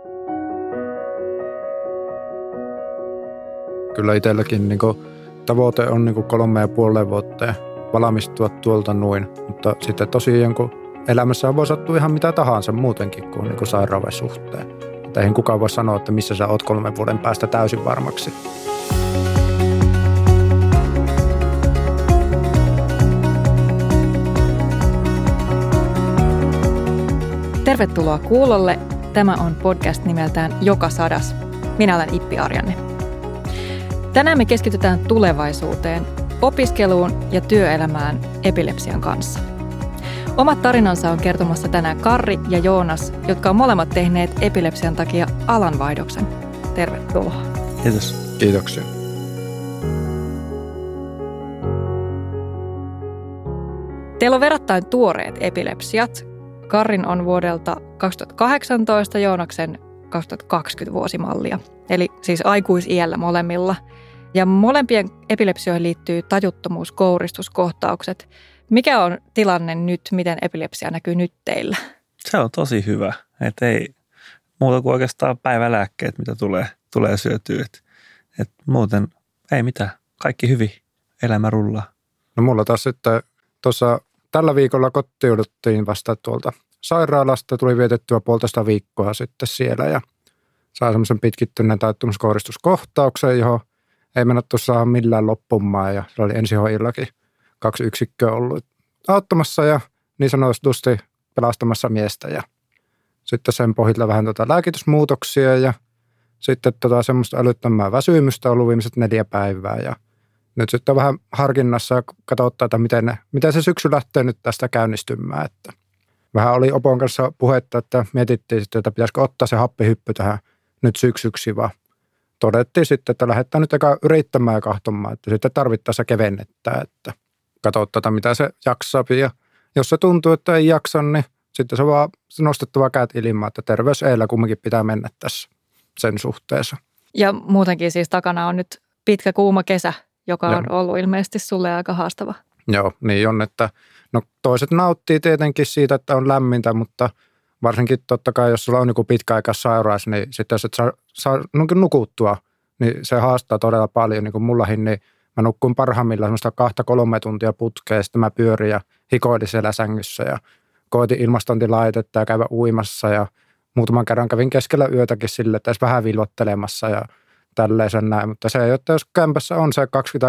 Kyllä itselläkin niin tavoite on 3,5 vuotta valmistua tuolta noin, mutta sitten tosiaan kun elämässä voi sattua ihan mitä tahansa muutenkin kuin sairauden suhteen. Mutta eihän kukaan voi sanoa, että missä sä oot 3 vuoden päästä täysin varmaksi. Tervetuloa kuulolle. Tämä on podcast nimeltään Joka sadas. Minä olen Ippi Arjanne. Tänään me keskitytään tulevaisuuteen, opiskeluun ja työelämään epilepsian kanssa. Omat tarinansa on kertomassa tänään Karri ja Joonas, jotka on molemmat tehneet epilepsian takia alanvaihdoksen. Tervetuloa. Kiitos. Kiitoksia. Teillä on verrattain tuoreet epilepsiat. Karrin on vuodelta 2018, Joonaksen 2020 vuosimallia, eli siis aikuisiällä molemmilla. Ja molempien epilepsioihin liittyy tajuttomuuskouristuskohtaukset. Mikä on tilanne nyt, miten epilepsia näkyy nyt teillä? Se on tosi hyvä, että ei muuta kuin oikeastaan päivälääkkeet, mitä tulee syötyä. Et muuten ei mitään, kaikki hyvin, elämä rullaa. No mulla taas sitten tuossa tällä viikolla kotiuduttiin vasta tuolta sairaalasta, tuli vietettyä 1,5 viikkoa sitten siellä ja sai semmoisen pitkittyneen tajuttomuuskouristuskohtauksen, johon ei mennä tuossa millään loppumaan ja se oli ensihoijillakin 2 yksikköä ollut auttamassa ja niin sanotusti pelastamassa miestä ja sitten sen pohjalta vähän lääkitysmuutoksia ja sitten semmoista älyttömää väsymystä ollut viimeiset 4 päivää ja nyt sitten on vähän harkinnassa ja katsotaan, että miten se syksy lähtee nyt tästä käynnistymään. Että vähän oli Opon kanssa puhetta, että mietittiin sitten, että pitäisikö ottaa se happihyppy tähän nyt syksyksi, vaan todettiin sitten, että lähdetään nyt eka yrittämään ja kahtomaan, että sitten tarvittaessa kevennetään, että katsotaan, mitä se jaksaa. Ja jos se tuntuu, että ei jaksa, niin sitten se on vaan nostettava käät ilmaan, että terveys eellä kumminkin pitää mennä tässä sen suhteessa. Ja muutenkin siis takana on nyt pitkä kuuma kesä, joka on ollut ilmeisesti sulle aika haastava. Joo, niin on, että no toiset nauttii tietenkin siitä, että on lämmintä, mutta varsinkin totta kai, jos sulla on joku pitkäaikaissairaus, niin sitten jos et saa nukuttua, niin se haastaa todella paljon. Niin kuin mullakin, niin mä nukkuin parhaimmillaan semmoista 2-3 tuntia putkeen, sitten mä pyörin ja hikoilin siellä sängyssä ja koitin ilmastointilaitetta ja käydä uimassa ja muutaman kerran kävin keskellä yötäkin sille, että edes vähän vilvottelemassa ja tälleen sen näin, mutta se, että jos kämpässä on se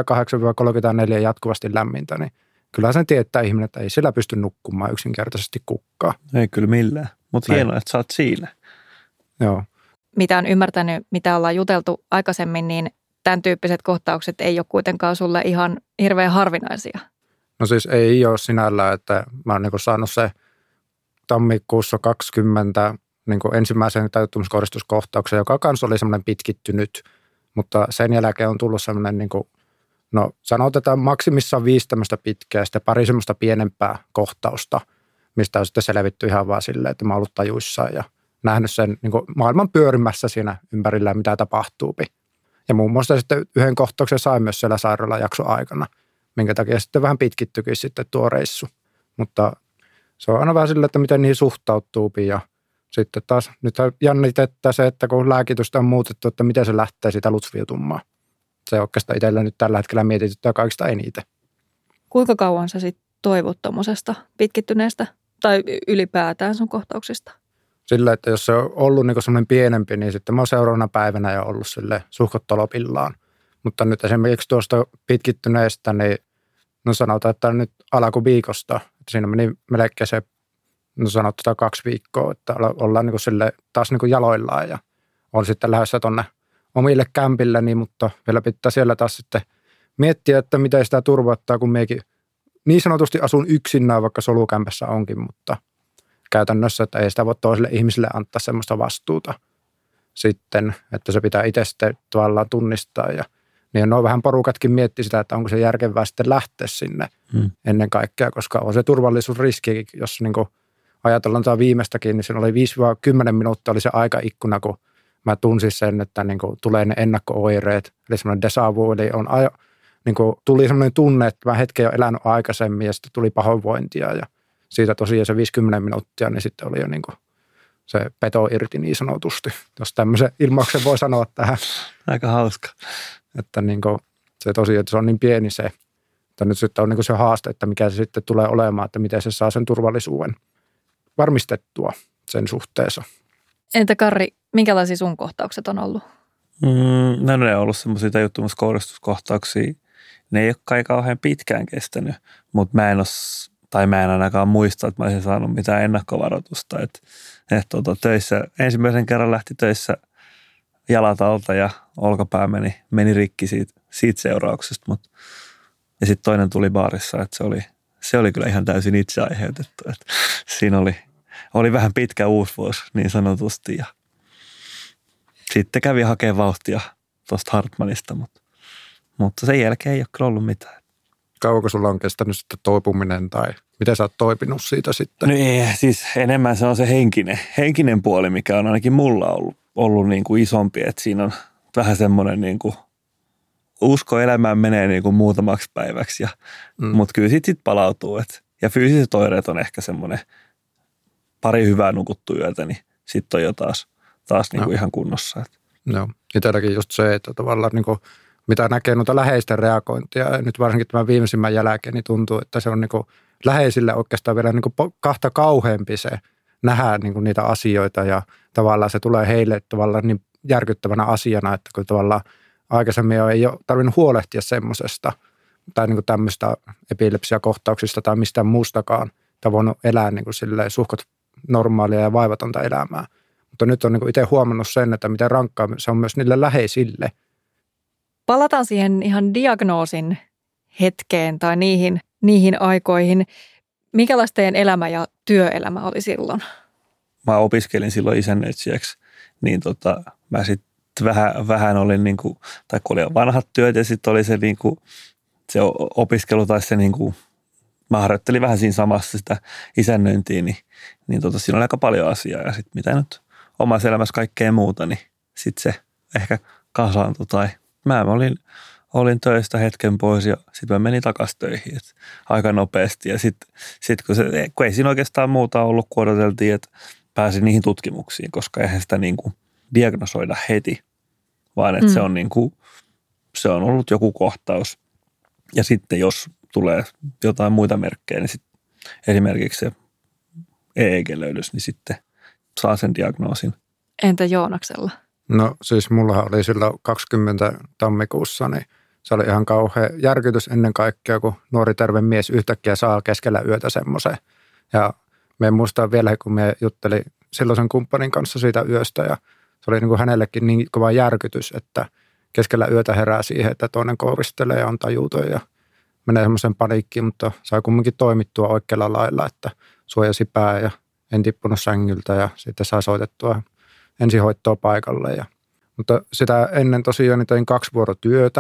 28-34 jatkuvasti lämmintä, niin kyllä sen tietää ihminen, että ei sillä pysty nukkumaan yksinkertaisesti kukkaa. Ei kyllä millään, mutta hienoa, että sä oot siinä. Joo. Mitä on ymmärtänyt, mitä ollaan juteltu aikaisemmin, niin tämän tyyppiset kohtaukset ei ole kuitenkaan sulle ihan hirveän harvinaisia. No siis ei ole sinällään, että mä oon saanut se tammikuussa 20 ensimmäisen tajuttomuuskouristuskohtauksen, joka kanssa oli semmoinen pitkittynyt, mutta sen jälkeen on tullut semmoinen, no sanotaan maksimissaan 5 tämmöistä pitkää ja sitten pari semmoista pienempää kohtausta, mistä on sitten selvitty ihan vaan silleen, että mä oon ollut tajuissaan ja nähnyt sen maailman pyörimässä siinä ympärillä, mitä tapahtuupi. Ja muun muassa sitten yhden kohtauksen sain myös siellä sairaalajakson aikana, minkä takia sitten vähän pitkittyikin sitten tuo reissu. Mutta se on aina vähän silleen, että miten niihin suhtautuupi ja sitten taas nyt jännitettä se, että kun lääkitystä on muutettu, että miten se lähtee siitä lutsviutumaan. Se oikeastaan itsellä nyt tällä hetkellä mietityttää kaikista eniten. Kuinka kauan sä sitten toivot tuommoisesta pitkittyneestä tai ylipäätään sun kohtauksista? Sillä, että jos se on ollut semmoinen pienempi, niin sitten mä oon seuraavana päivänä jo ollut sille suhkot tolopillaan. Mutta nyt esimerkiksi tuosta pitkittyneestä, niin no sanotaan, että nyt alkuviikosta, että siinä meni melkein se no sanotaan 2 viikkoa, että ollaan sille taas jaloillaan ja on sitten lähdössä tuonne omille kämpille, niin, mutta vielä pitää siellä taas sitten miettiä, että miten sitä turvattaa, kun mekin niin sanotusti asun yksinään, vaikka solukämpässä onkin, mutta käytännössä, että ei sitä voi toiselle ihmiselle antaa semmoista vastuuta sitten, että se pitää itse sitten tavallaan tunnistaa ja niin on vähän porukatkin miettii sitä, että onko se järkevää sitten lähteä sinne ennen kaikkea, koska on se turvallisuusriski, jos ajatellaan tämä viimeistäkin, niin siinä oli 5-10 minuuttia oli se aikaikkuna, kun mä tunsin sen, että tulee ne ennakko-oireet, eli semmoinen déjà vu, eli tuli semmoinen tunne, että mä hetken jo elänyt aikaisemmin ja sitten tuli pahoinvointia ja siitä tosiaan se 50 minuuttia, niin sitten oli jo se peto irti niin sanotusti, jos tämmöisen ilmauksen voi sanoa tähän. Aika hauska. Että niin kuin, se tosiaan, että se on niin pieni se, että nyt sitten on niin kuin se haaste, että mikä se sitten tulee olemaan, että miten se saa sen turvallisuuden varmistettua sen suhteessa. Entä Karri, minkälaisia sun kohtaukset on ollut? No ne on ollut semmoisia tajuttomuuskoudistuskohtauksia. Ne ei ole kai kauhean pitkään kestänyt, mutta mä en ainakaan muista, että mä olisin saanut mitään ennakkovaroitusta. Töissä, ensimmäisen kerran lähti töissä jalat alta ja olkapää meni rikki siitä seurauksesta. Ja sitten toinen tuli baarissa, että se oli kyllä ihan täysin itse aiheutettu. Että siinä oli vähän pitkä uusi vuosi niin sanotusti ja sitten kävi hakemaan vauhtia tuosta Hartmanista, mutta sen jälkeen ei ole kyllä ollut mitään. Kauanko sulla on kestänyt sitten toipuminen tai miten sä oot toipinut siitä sitten? No ei, siis enemmän se on se henkinen puoli, mikä on ainakin mulla ollut niin kuin isompi, että siinä on vähän semmoinen niin kuin usko elämään menee niin kuin muutamaksi päiväksi, mutta kyllä sit palautuu. Ja fyysiset oireet on ehkä semmoinen pari hyvää nukuttua yötä, niin sitten on jo taas niin kuin ihan kunnossa. Joo, itselläkin just se, että tavallaan niin kuin, mitä näkee noita läheisten reagointia, ja nyt varsinkin tämän viimeisimmän jälkeen, niin tuntuu, että se on niin kuin läheisille oikeastaan vielä niin kuin kahta kauheampi se nähdä niin kuin niitä asioita, ja tavallaan se tulee heille tavallaan niin järkyttävänä asiana, että kun tavallaan aikaisemmin ei ole tarvinnut huolehtia semmoisesta tai niin kuin tämmöistä epilepsiakohtauksista tai mistään muustakaan, tai voinut elää niin kuin silleen suhkot normaalia ja vaivatonta elämää. Mutta nyt on niin kuin itse huomannut sen, että miten rankkaa se on myös niille läheisille. Palataan siihen ihan diagnoosin hetkeen tai niihin aikoihin. Minkälaista teidän elämä ja työelämä oli silloin? Mä opiskelin silloin isännöitsijäksi, niin mä sitten vähän olin niin kuin, tai kun oli vanhat työt ja sitten oli se, niin kuin, se opiskelu tai se niin kuin, mä harjoittelin vähän siinä samassa sitä isännöintiä, niin siinä oli aika paljon asiaa ja sitten mitä nyt omassa elämässä kaikkea muuta, niin sitten se ehkä kasaantui tai mä olin töistä hetken pois ja sitten mä menin takaisin töihin aika nopeasti ja sitten kun ei siinä oikeastaan muuta ollut, kun odoteltiin, että pääsin niihin tutkimuksiin, koska eihän sitä niin kuin diagnosoida heti, vaan että se on niin kuin, se on ollut joku kohtaus ja sitten jos tulee jotain muita merkkejä, niin sitten esimerkiksi se EEG-löydös, niin sitten saa sen diagnoosin. Entä Joonaksella? No siis mullahan oli silloin 20 tammikuussa, niin se oli ihan kauhea järkytys ennen kaikkea, kun nuori terve mies yhtäkkiä saa keskellä yötä semmoisen. Ja me muistan vielä, kun me juttelin silloisen kumppanin kanssa siitä yöstä ja se oli niin kuin hänellekin niin kova järkytys, että keskellä yötä herää siihen, että toinen kouristelee ja on tajuton ja menee semmoisen paniikkiin, mutta sai kumminkin toimittua oikealla lailla, että suojasi pää ja en tippunut sängyltä ja sitten sai soitettua ensihoitoa paikalle. Mutta sitä ennen tosiaan tein 2 vuorotyötä,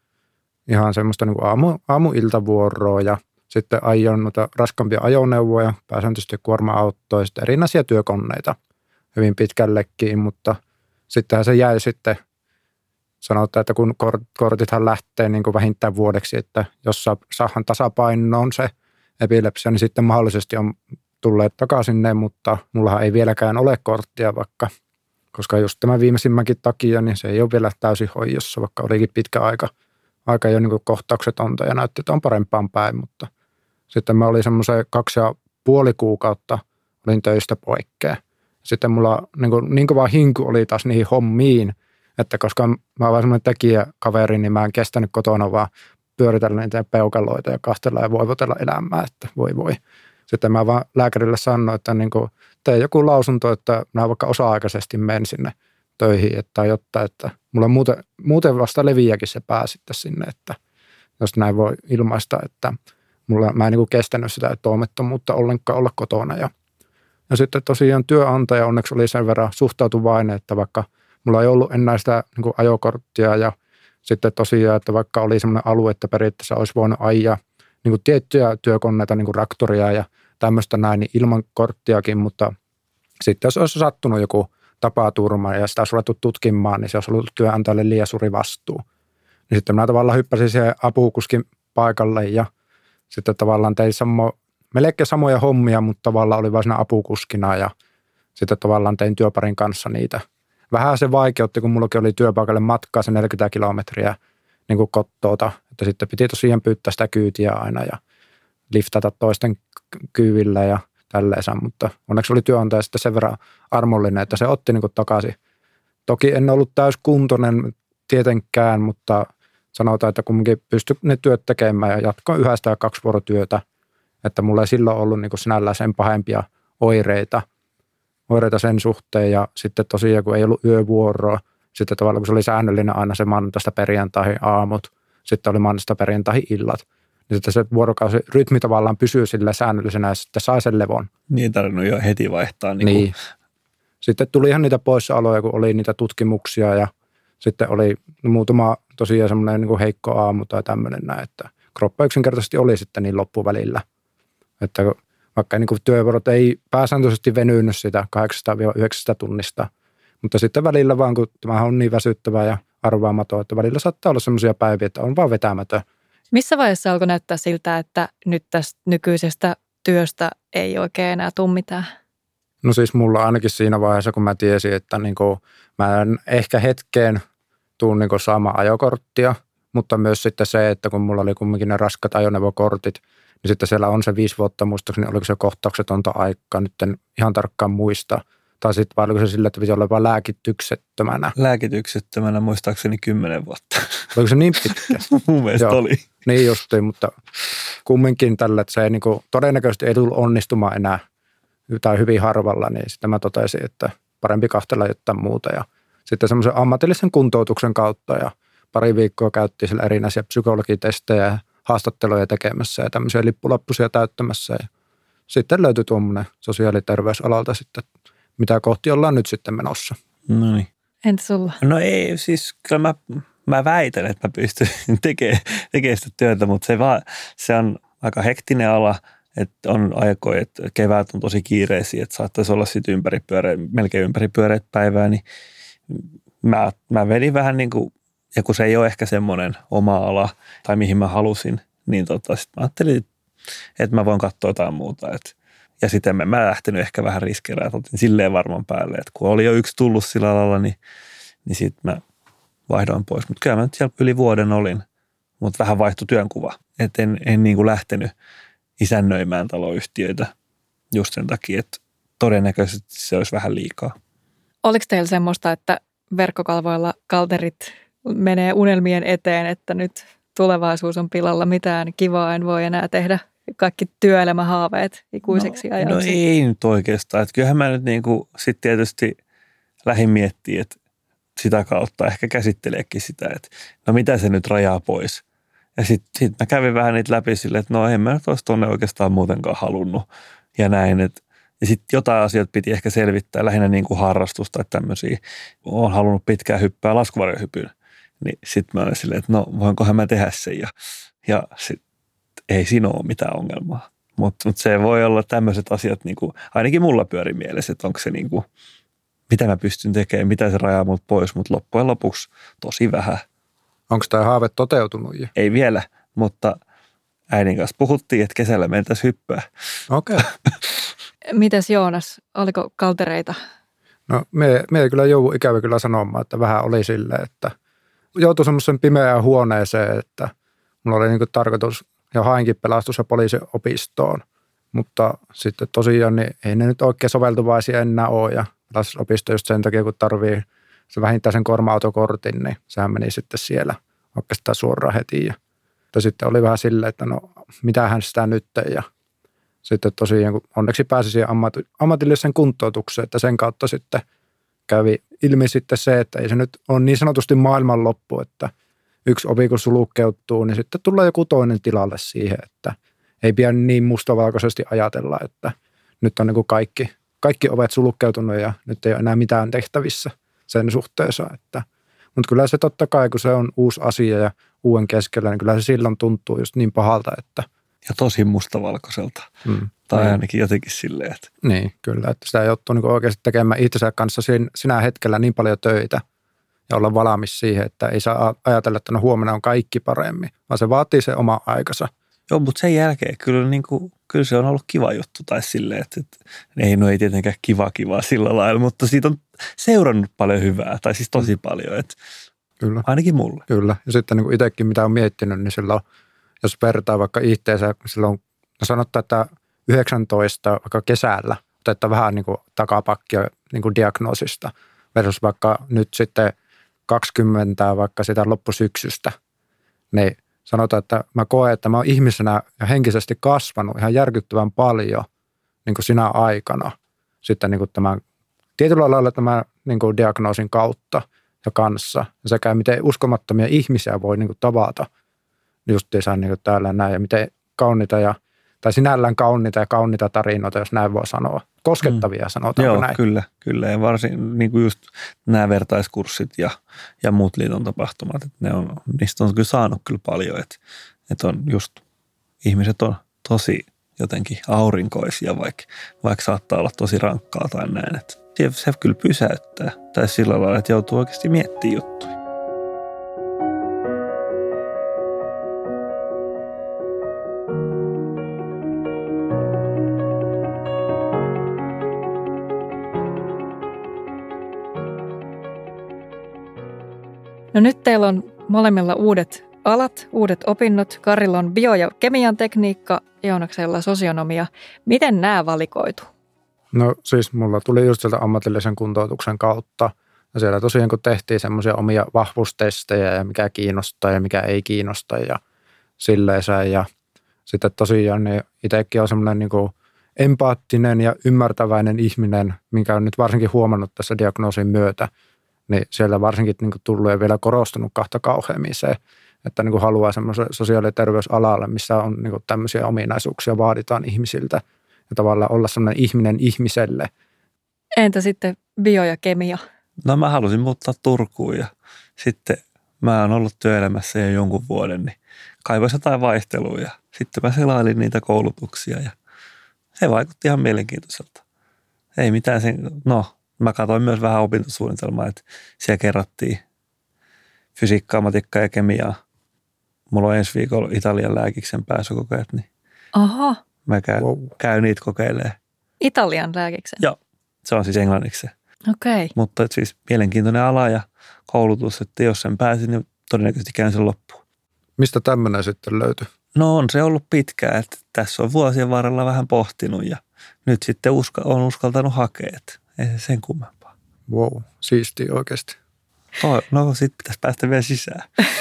ihan semmoista niin kuin aamu-iltavuoroa ja sitten ajoin noita raskaampia ajoneuvoja, pääsääntöisesti kuorma-autoja ja sitten erinäisiä työkoneita hyvin pitkällekin, mutta sittenhän se jäi sitten, sanotaan, että kun kortithan lähtee niin kuin vähintään vuodeksi, että jos saadaan tasapainoon se epilepsia, niin sitten mahdollisesti on tulleet takaisin ne, mutta mullahan ei vieläkään ole korttia vaikka, koska just tämän viimeisimmänkin takia, niin se ei ole vielä täysin hoidossa, vaikka olikin pitkä aika jo niin kuin kohtaukset on ja näytti, että on parempaan päin, mutta sitten mä olin semmoisen 2,5 kuukautta olin töistä poikkea. Sitten mulla niin kova hinku oli taas niihin hommiin, että koska mä oon vaan semmoinen tekijäkaveri, niin mä en kestänyt kotona vaan pyöritellä niitä peukaloita ja kastella ja voivotella elämää, että voi. Sitten mä vaan lääkärille sanoin, että niin tee joku lausunto, että mä vaikka osa-aikaisesti menen sinne töihin tai jotain, että mulla muuten vasta leviääkin se pää sitten sinne, että jos näin voi ilmaista, että mä en niin kestänyt sitä toimettomuutta ollenkaan olla kotona. Ja sitten tosiaan työnantaja onneksi oli sen verran suhtautuvainen, että vaikka mulla ei ollut enää sitä niin ajokorttia ja sitten tosiaan, että vaikka oli semmoinen alue, että periaatteessa olisi voinut ajaa niin tiettyjä työkoneita, niin traktoria ja tämmöistä näin, niin ilman korttiakin, mutta sitten jos olisi sattunut joku tapaturma ja sitä olisi ruvettu tutkimaan, niin se olisi ollut työnantajalle liian suuri vastuu. Niin sitten mä tavallaan hyppäsin siihen apukuskin paikalle ja sitten tavallaan tein melkein samoja hommia, mutta tavallaan oli vain siinä apukuskina ja sitten tavallaan tein työparin kanssa niitä. Vähän se vaikeutti, kun mullakin oli työpaikalle matkaa se 40 kilometriä niin kuin kotoota, että sitten piti tosiaan pyytää sitä kyytiä aina ja liftata toisten kyyvillä ja tälleensä, mutta onneksi oli työnantaja sitten sen verran armollinen, että se otti niin kuin takaisin. Toki en ollut täyskuntoinen tietenkään, mutta sanotaan, että kumminkin pystyi ne työt tekemään ja jatkoin 1 tai 2 vuorotyötä, että mulla ei silloin ollut niin kuin sinällään sen pahempia oireita sen suhteen ja sitten tosiaan kun ei ollut yövuoroa, sitten tavallaan kun se oli säännöllinen aina se maanantaista perjantaihin aamut, sitten oli maanantaista perjantaihin illat, niin sitten se vuorokausi rytmi tavallaan pysyy sillä säännöllisenä ja sitten sai sen levon. Niin tarvinnut jo heti vaihtaa. Niin. Sitten tuli ihan niitä poissaoloja, kun oli niitä tutkimuksia ja sitten oli muutama tosiaan semmoinen niin kuin heikko aamu tai tämmöinen näin, että kroppa yksinkertaisesti oli sitten niin loppuvälillä. Että vaikka niin kuin työvuorot ei pääsääntöisesti venynyt sitä 8-9 tunnista, mutta sitten välillä vaan, kun tämä on niin väsyttävää ja arvaamaton, että välillä saattaa olla semmoisia päiviä, että on vaan vetämätön. Missä vaiheessa alkoi näyttää siltä, että nyt tästä nykyisestä työstä ei oikein enää tule mitään? No siis mulla ainakin siinä vaiheessa, kun mä tiesin, että niin kuin mä en ehkä hetkeen tuun niin kuin saamaan ajokorttia, mutta myös sitten se, että kun mulla oli kumminkin ne raskat ajoneuvokortit, niin sitten siellä on se 5 vuotta muistaakseni, oliko se kohtauksetonta aikaa, nyt en ihan tarkkaan muista. Tai sitten vai oliko se sillä, että piti olla vain lääkityksettömänä? Lääkityksettömänä muistaakseni 10 vuotta. Oliko se niin pitkä? Mun mielestä oli. Niin justiin, mutta kumminkin tällä, että se ei niin kuin, todennäköisesti ei tullut onnistumaan enää tai hyvin harvalla, niin sitten mä totesin, että parempi kahtella jotain muuta. Ja sitten semmoisen ammatillisen kuntoutuksen kautta ja pari viikkoa käyttiin siellä erinäisiä psykologitestejä ja haastatteluja tekemässä ja tämmöisiä lippulappusia täyttämässä. Ja sitten löytyi tuommoinen sosiaali- ja terveysalalta sitten, mitä kohti ollaan nyt sitten menossa. No niin. Entä sulla? No ei, siis kyllä mä väitän, että mä pystyn tekemään sitä työtä, mutta se on aika hektinen ala, että on aikoja, että kevät on tosi kiireisiä, että saattaisi olla sitten melkein ympäri päivää, niin mä vedin vähän niin kuin, ja kun se ei ole ehkä semmoinen oma ala tai mihin mä halusin, niin sitten mä ajattelin, että mä voin katsoa jotain muuta. Ja sitten mä lähtenyt ehkä vähän riskeerään, että otin silleen varman päälle, että kun oli jo yksi tullut sillä alalla, niin sitten mä vaihdoin pois. Mutta kyllä mä nyt siellä yli vuoden olin, mutta vähän vaihtui työnkuva. Että en niin kuin lähtenyt isännöimään taloyhtiöitä just sen takia, että todennäköisesti se olisi vähän liikaa. Oliko teillä semmoista, että verkkokalvoilla kalterit menee unelmien eteen, että nyt tulevaisuus on pilalla, mitään kivaa en voi enää tehdä, kaikki työelämähaaveet ikuiseksi ajaksi? No ei nyt oikeastaan. Että kyllähän mä nyt niin kuin sitten tietysti lähdin miettimään, että sitä kautta ehkä käsitteleekin sitä, että no mitä se nyt rajaa pois. Ja sitten mä kävin vähän niitä läpi silleen, että no en mä nyt olisi tuonne oikeastaan muutenkaan halunnut ja näin. Ja sitten jotain asioita piti ehkä selvittää, lähinnä niin kuin harrastusta tai tämmöisiä. Olen halunnut pitkään hyppää laskuvarjohypyn. Niin sitten mä olin silleen, että no voinkohan mä tehdä sen. Ja sitten ei siinä ole mitään ongelmaa. Mutta se voi olla tämmöiset asiat, niin kuin, ainakin mulla pyöri mielessä, että onko se niin kuin, mitä mä pystyn tekemään, mitä se rajaa mut pois, mutta loppujen lopuksi tosi vähän. Onko tämä haave toteutunut? Ei vielä, mutta äidin kanssa puhuttiin, että kesällä mentäisiin hyppää. Okei. Okay. Mitäs Joonas, oliko kaltereita? No me ei kyllä joudu ikävä kyllä sanomaan, että vähän oli silleen, että joutui semmoisen pimeään huoneeseen, että mulla oli niinku tarkoitus ja hainkin pelastus- ja poliisiopistoon, mutta sitten tosiaan niin ei ne nyt oikein soveltuvaisia enää ole ja pelastusopisto just sen takia, kun tarvii se vähintään sen kuorma-autokortin, niin sehän meni sitten siellä oikeastaan suoraan heti ja sitten oli vähän silleen, että no mitähän sitä nyt ja sitten tosiaan kun onneksi pääsi siihen ammatilliseen kuntoutukseen, että sen kautta sitten kävi ilmi sitten se, että ei se nyt ole niin sanotusti maailmanloppu, että yksi ovi kun sulkeutuu, niin sitten tulee joku toinen tilalle siihen, että ei pidä niin mustavalkoisesti ajatella, että nyt on niin kuin kaikki ovet sulkeutunut ja nyt ei ole enää mitään tehtävissä sen suhteessa. Mutta kyllä se totta kai, kun se on uusi asia ja uuden keskellä, niin kyllä se silloin tuntuu just niin pahalta, että ja tosi mustavalkoiselta. Tai ainakin jotenkin silleen, että niin, kyllä. Että sitä joutuu niin oikeasti tekemään itsensä kanssa sinä hetkellä niin paljon töitä ja olla valmis siihen, että ei saa ajatella, että no huomenna on kaikki paremmin, vaan se vaatii se oma aikansa. Joo, mutta sen jälkeen kyllä, niin kuin, kyllä se on ollut kiva juttu tai silleen, että ei tietenkään kiva sillä lailla, mutta siitä on seurannut paljon hyvää, tai siis tosi paljon, että Kyllä. ainakin mulle. Kyllä, ja sitten niin itsekin mitä on miettinyt, niin silloin, jos vertaa vaikka itseensä, silloin sanottu, että 19 vaikka kesällä otetaan vähän niin kuin takapakkia niin kuin diagnoosista versus vaikka nyt sitten 20 vaikka sitä loppusyksystä, niin sanotaan, että mä koen, että mä oon ihmisenä ja henkisesti kasvanut ihan järkyttävän paljon niin kuin sinä aikana sitten niin kuin tämän, tietyllä lailla tämän niin kuin diagnoosin kautta ja kanssa. Ja sekä miten uskomattomia ihmisiä voi niin kuin tavata justiinsa niin kuin täällä näin ja miten kauniita tai sinällään kauniita tarinoita, jos näin voi sanoa. Koskettavia sanotaanko Joo, näin. Kyllä. Ja varsin niin kuin just nämä vertaiskurssit ja muut liiton tapahtumat, että niistä on kyllä saanut kyllä paljon, että on just, ihmiset on tosi jotenkin aurinkoisia, vaikka saattaa olla tosi rankkaa tai näin, että se kyllä pysäyttää tai sillä lailla, että joutuu oikeasti miettimään juttuja. No nyt teillä on molemmilla uudet alat, uudet opinnot. Karilla on bio- ja kemian tekniikka, Joonaksella sosionomia. Miten nämä valikoitu? No siis mulla tuli just sieltä ammatillisen kuntoutuksen kautta. Ja siellä tosiaan kun tehtiin semmoisia omia vahvuustestejä ja mikä kiinnostaa ja mikä ei kiinnosta ja silleensä. Ja sitten tosiaan niin itsekin on semmoinen niin kuin empaattinen ja ymmärtäväinen ihminen, minkä on nyt varsinkin huomannut tässä diagnoosin myötä. Niin siellä varsinkin niin kuin tullut ja vielä korostunut kahta kauheammin se, että niin kuin haluaa semmoisen sosiaali- ja terveysalalle, missä on niin kuin tämmöisiä ominaisuuksia, vaaditaan ihmisiltä ja tavallaan olla semmoinen ihminen ihmiselle. Entä sitten bio ja kemia? No mä halusin muuttaa Turkuun ja sitten mä oon ollut työelämässä jo jonkun vuoden, niin kaivoin jotain vaihtelua ja sitten mä selailin niitä koulutuksia ja se vaikutti ihan mielenkiintoiselta. Ei mitään mä katsoin myös vähän opintosuunnitelmaa, että siellä kerrattiin fysiikkaa, matikkaa ja kemiaa. Mulla on ensi viikolla Italian lääkiksen pääsykokeet, niin Aha, mä käyn niitä kokeilemaan. Italian lääkiksen? Joo, se on siis englanniksi. Okei. Mutta siis mielenkiintoinen ala ja koulutus, että jos sen pääsin, niin todennäköisesti käyn sen loppuun. Mistä tämmöinen sitten löytyi? No on se ollut pitkään, että tässä on vuosien varrella vähän pohtinut ja nyt sitten on uskaltanut hakea, että ei se sen kummempaa. Wow, siistiä oikeasti. No sitten pitäisi päästä vielä sisään.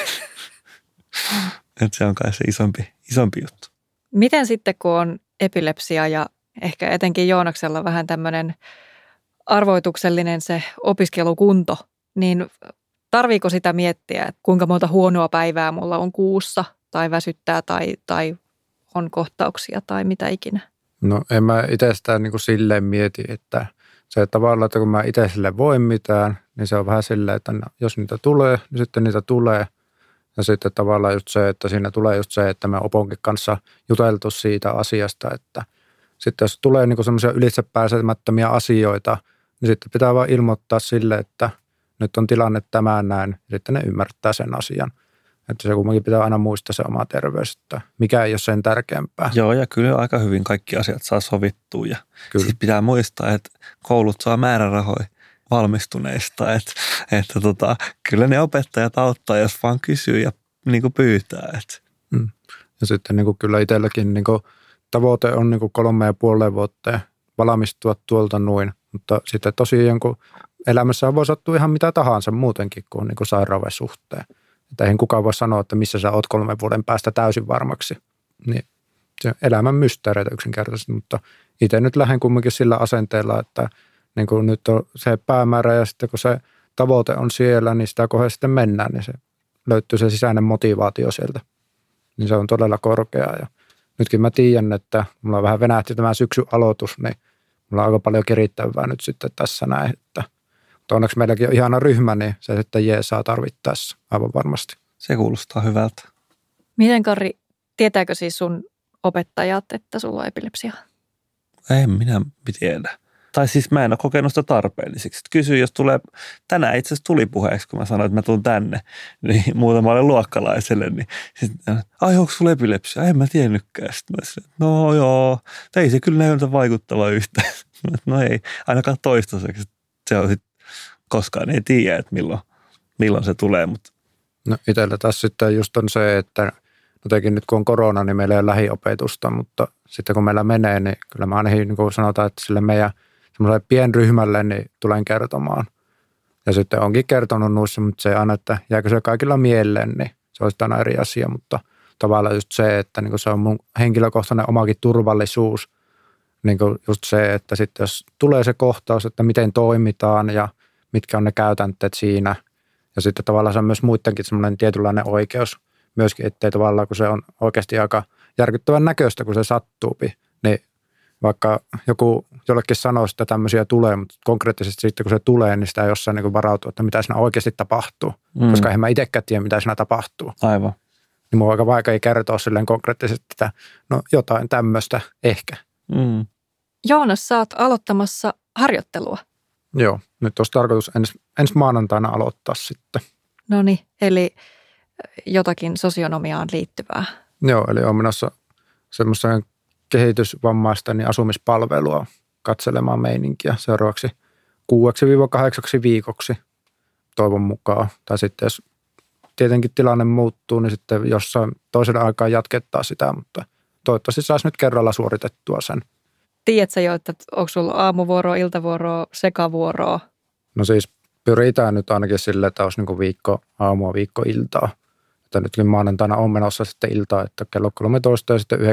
Että se on kai se isompi juttu. Miten sitten, kun on epilepsia ja ehkä etenkin Joonaksella vähän tämmöinen arvoituksellinen se opiskelukunto, niin tarviiko sitä miettiä, että kuinka monta huonoa päivää mulla on kuussa tai väsyttää tai on kohtauksia tai mitä ikinä? No en mä itse sitä niin kuin silleen mieti, että se tavallaan, että kun mä itse sille voin mitään, niin se on vähän silleen, että jos niitä tulee, niin sitten niitä tulee. Ja sitten tavallaan just se, että siinä tulee just se, että me Oponkin kanssa juteltu siitä asiasta, että sitten jos tulee niin kuin semmoisia ylitsepääsemättömiä asioita, niin sitten pitää vaan ilmoittaa sille, että nyt on tilanne tämän näin, ja sitten ne ymmärtää sen asian. Että se kumminkin pitää aina muistaa se oma terveys, että mikä ei ole sen tärkeämpää. Joo, ja kyllä aika hyvin kaikki asiat saa sovittua. Ja siis pitää muistaa, että koulut saa määrärahoja valmistuneista. Että kyllä ne opettajat auttaa, jos vaan kysyy ja niin kuin pyytää. Ja sitten niin kuin kyllä itselläkin niin kuin tavoite on niin kuin 3,5 vuotta valmistua tuolta noin. Mutta sitten tosiaan kun elämässä voi sattua ihan mitä tahansa muutenkin kuin, niin kuin sairauden suhteen. Että eihän kukaan voi sanoa, että missä sä oot 3 vuoden päästä täysin varmaksi. Niin se elämän mysteereitä yksinkertaisesti, mutta itse nyt lähden kumminkin sillä asenteella, että niin kuin nyt on se päämäärä ja sitten kun se tavoite on siellä, niin sitä kohdassa sitten mennään, niin se löytyy se sisäinen motivaatio sieltä. Niin se on todella korkea ja nytkin mä tiedän, että mulla vähän venähti tämä syksyn aloitus, niin mulla on aika paljon kirittävää nyt sitten tässä näin, että mutta onneksi meilläkin on ihana ryhmä, niin se sitten jeesaa tarvittaessa aivan varmasti. Se kuulostaa hyvältä. Miten Kari, tietääkö siis sun opettajat, että sulla on epilepsia? En minä tiedä. Tai siis mä en ole kokenut sitä tarpeelliseksi. Kysyin, jos tulee, tänään itse asiassa tuli puheeksi, kun mä sanoin, että mä tulen tänne, niin muutamalle luokkalaiselle, niin sitten, onko sulla epilepsia? En mä tiennytkään. Sitten mä sanoin, no joo, ei se kyllä näytä vaikuttava yhtään. No ei, ainakaan toistaiseksi. Se on sitten, koskaan ei tiedä, että milloin se tulee. Mutta. No itsellä tässä sitten just on se, että jotenkin nyt kun on korona, niin meillä ei ole lähiopetusta, mutta sitten kun meillä menee, niin kyllä mä ainakin niin kuin sanotaan, että sille meidän semmoiselle pienryhmälle niin tulen kertomaan. Ja sitten onkin kertonut noissa, mutta se aina, että jääkö se kaikilla mieleen, niin se olisi aina eri asia, mutta tavallaan just se, että niin kuin se on mun henkilökohtainen omakin turvallisuus, niin kuin just se, että sitten jos tulee se kohtaus, että miten toimitaan ja mitkä on ne käytänteet siinä, ja sitten tavallaan se on myös muidenkin semmoinen tietynlainen oikeus myöskin, ettei tavallaan, kun se on oikeasti aika järkyttävän näköistä, kun se sattuupi, niin vaikka joku jollekin sanoo, että tämmöisiä tulee, mutta konkreettisesti sitten kun se tulee, niin sitä ei jossain niin varautua, että mitä siinä oikeasti tapahtuu, koska en mä itsekään tiedä, mitä siinä tapahtuu. Aivan. Niin mun on aika vaikea kertoa silleen konkreettisesti, että no jotain tämmöistä ehkä. Joonas, sä oot aloittamassa harjoittelua. Joo, nyt olisi tarkoitus ensi maanantaina aloittaa sitten. No niin, eli jotakin sosionomiaan liittyvää. Joo, eli olen menossa semmoisen kehitysvammaisten asumispalvelua katselemaan meininkiä seuraavaksi 6-8 viikoksi toivon mukaan. Tai sitten jos tietenkin tilanne muuttuu, niin sitten jossain toisella aikaa jatkettaa sitä, mutta toivottavasti saisi nyt kerralla suoritettua sen. Tiedätkö jo, että onko sulla aamuvuoroa, iltavuoroa, sekavuoroa? No siis pyritään nyt ainakin sille, että olisi niin viikko aamua, viikko iltaa. Että nytkin maanantaina on menossa sitten iltaa, että kello 13 ja sitten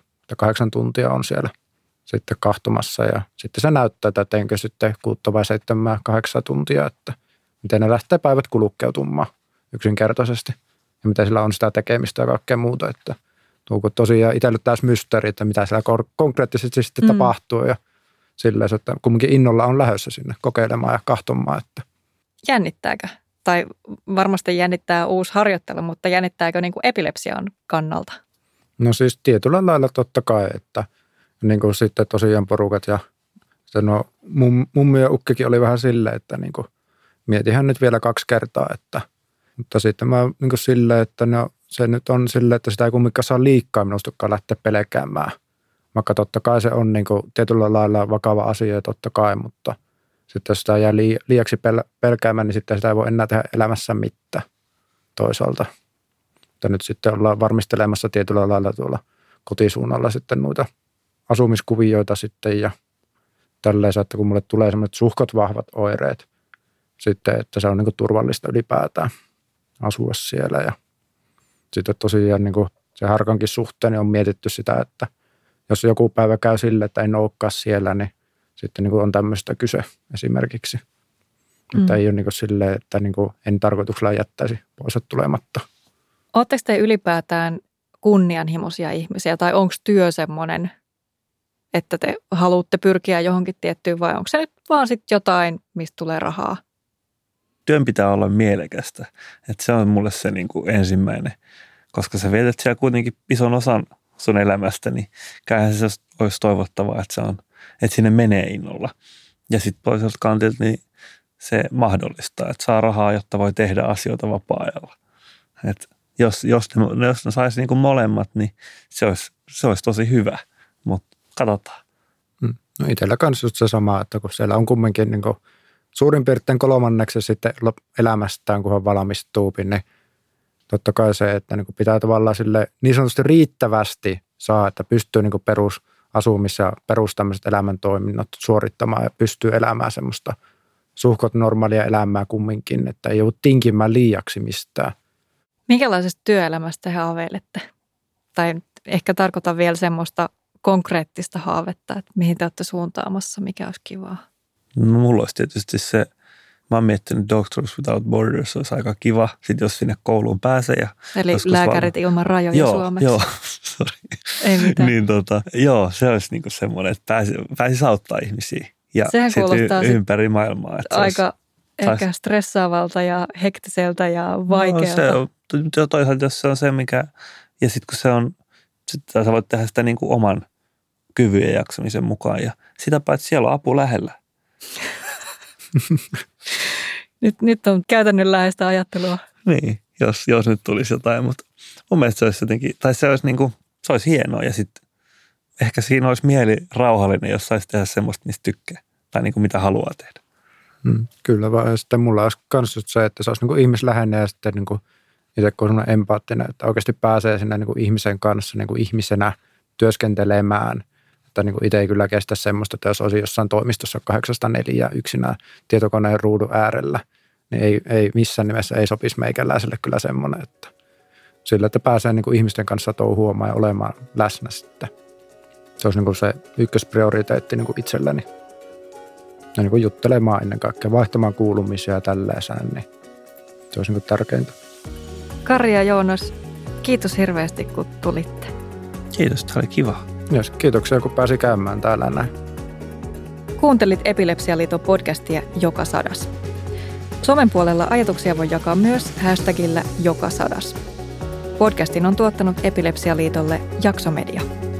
9-8 tuntia on siellä sitten kahtomassa. Ja sitten se näyttää, että teenkö sitten 6 vai 7, 8 tuntia, että miten ne lähtee päivät kulukkeutumaan yksinkertaisesti. Ja miten sillä on sitä tekemistä ja kaikkea muuta, että tuuko tosiaan itselle taas mysteeri, että mitä siellä konkreettisesti sitten tapahtuu ja silleen, että kumminkin innolla on lähdössä sinne kokeilemaan ja kahtomaan. Että. Jännittääkö? Tai varmasti jännittää uusi harjoittelu, mutta jännittääkö niin kuin epilepsian kannalta? No siis tietyllä lailla totta kai, että niin kuin sitten tosiaan porukat ja no mummi ja ukkikin oli vähän silleen, että niin kuin mietihän nyt vielä 2 kertaa, että mutta sitten mä niin kuin silleen, että no se nyt on silleen, että sitä ei kumminkaan saa liikaa minustakaan lähteä pelkäämään. Vaikka totta kai se on niin kuin tietyllä lailla vakava asia totta kai, mutta sitten jos sitä jää liiaksi pelkäämään, niin sitten sitä ei voi enää tehdä elämässä mitään toisaalta. Mutta nyt sitten ollaan varmistelemassa tietyllä lailla tuolla kotisuunnalla sitten noita asumiskuvioita sitten ja tälleen, että kun mulle tulee sellaiset suhkot vahvat oireet sitten, että se on niin kuin turvallista ylipäätään asua siellä ja sitten tosiaan niin kuin se Harkankin suhteen niin on mietitty sitä, että jos joku päivä käy sille, että en olekaan siellä, niin sitten niin kuin on tämmöistä kyse esimerkiksi. Että ei ole niin kuin silleen, että niin kuin en tarkoituksella jättäisi pois tulematta. Oletteko te ylipäätään kunnianhimoisia ihmisiä tai onko työ semmoinen, että te haluatte pyrkiä johonkin tiettyyn vai onko se nyt vaan sitten jotain, mistä tulee rahaa? Työn pitää olla mielekästä. Että se on mulle se niin kuin ensimmäinen, koska sä vietät siellä kuitenkin ison osan sun elämästä, niin kyllähän se olisi toivottavaa, että, että sinne menee innolla. Ja sitten toiselta kantilta niin se mahdollistaa, että saa rahaa, jotta voi tehdä asioita vapaa-ajalla. Että jos ne saisi niin kuin molemmat, niin se olisi tosi hyvä, mutta katsotaan. No itsellä kanssa just se sama, että kun siellä on kumminkin niin kuin suurin piirtein 3 sitten elämästään, kun hän valmistuu, niin totta kai se, että niin kuin pitää tavallaan sille niin sanotusti riittävästi saa, että pystyy niin kuin perusasumis- ja perustämiset elämäntoiminnot suorittamaan ja pystyy elämään semmoista suhkot normaalia elämää kumminkin, että ei joudu tinkimään liiaksi mistään. Minkälaisesta työelämästä he haaveilette? Tai ehkä tarkoitan vielä semmoista konkreettista haavetta, että mihin te olette suuntaamassa, mikä olisi kivaa? No, mulla olisi tietysti se, mä oon miettinyt Doctors Without Borders, olisi aika kiva, sit jos sinne kouluun pääsee. Ja eli lääkärit ilman rajoja suomeksi. Joo, sori. Ei mitään. Niin joo, se olisi niinku semmoinen, että pääsisi auttaa ihmisiä ja sitten ympäri maailmaa. Aika ehkä stressaavalta ja hektiseltä ja vaikealta. No, se on toisaalta, jos se on se, mikä, ja sitten kun se on, sitten sä voit tehdä sitä niinku oman kyvyn ja jaksamisen mukaan. Ja sitä paitsi siellä on apu lähellä. Nyt on käytännönläheistä ajattelua. Niin, jos nyt tulisi jotain, mutta mun mielestä se olisi jotenkin, tai se olisi, se olisi hienoa ja sitten ehkä siinä olisi mieli rauhallinen, jos saisi tehdä semmoista, mistä tykkää tai mitä haluaa tehdä. Kyllä vaan. Ja sitten mulla olisi myös se, että se olisi ihmisläheinen ja sitten itse kun on empaattinen, että oikeasti pääsee sinne ihmisen kanssa ihmisenä työskentelemään. Että itse ei kyllä kestä semmoista, että jos olisi jossain toimistossa 8-4 yksinään tietokoneen ruudun äärellä, niin ei missään nimessä ei sopisi meikäläiselle kyllä semmoinen, että sillä, että pääsee ihmisten kanssa touhuamaan ja olemaan läsnä sitten. Se olisi se ykkösprioriteetti itselleni. Ja juttelemaan ennen kaikkea, vaihtamaan kuulumisia ja tälleeseen, niin se olisi tärkeintä. Kari ja Joonas, kiitos hirveästi, kun tulitte. Kiitos, tämä oli kiva. Yes, kiitoksia, kun pääsi käymään täällä näin. Kuuntelit Epilepsialiiton podcastia Joka Sadas. Somen puolella ajatuksia voi jakaa myös hashtagillä Joka Sadas. Podcastin on tuottanut Epilepsialiitolle Jaksomedia.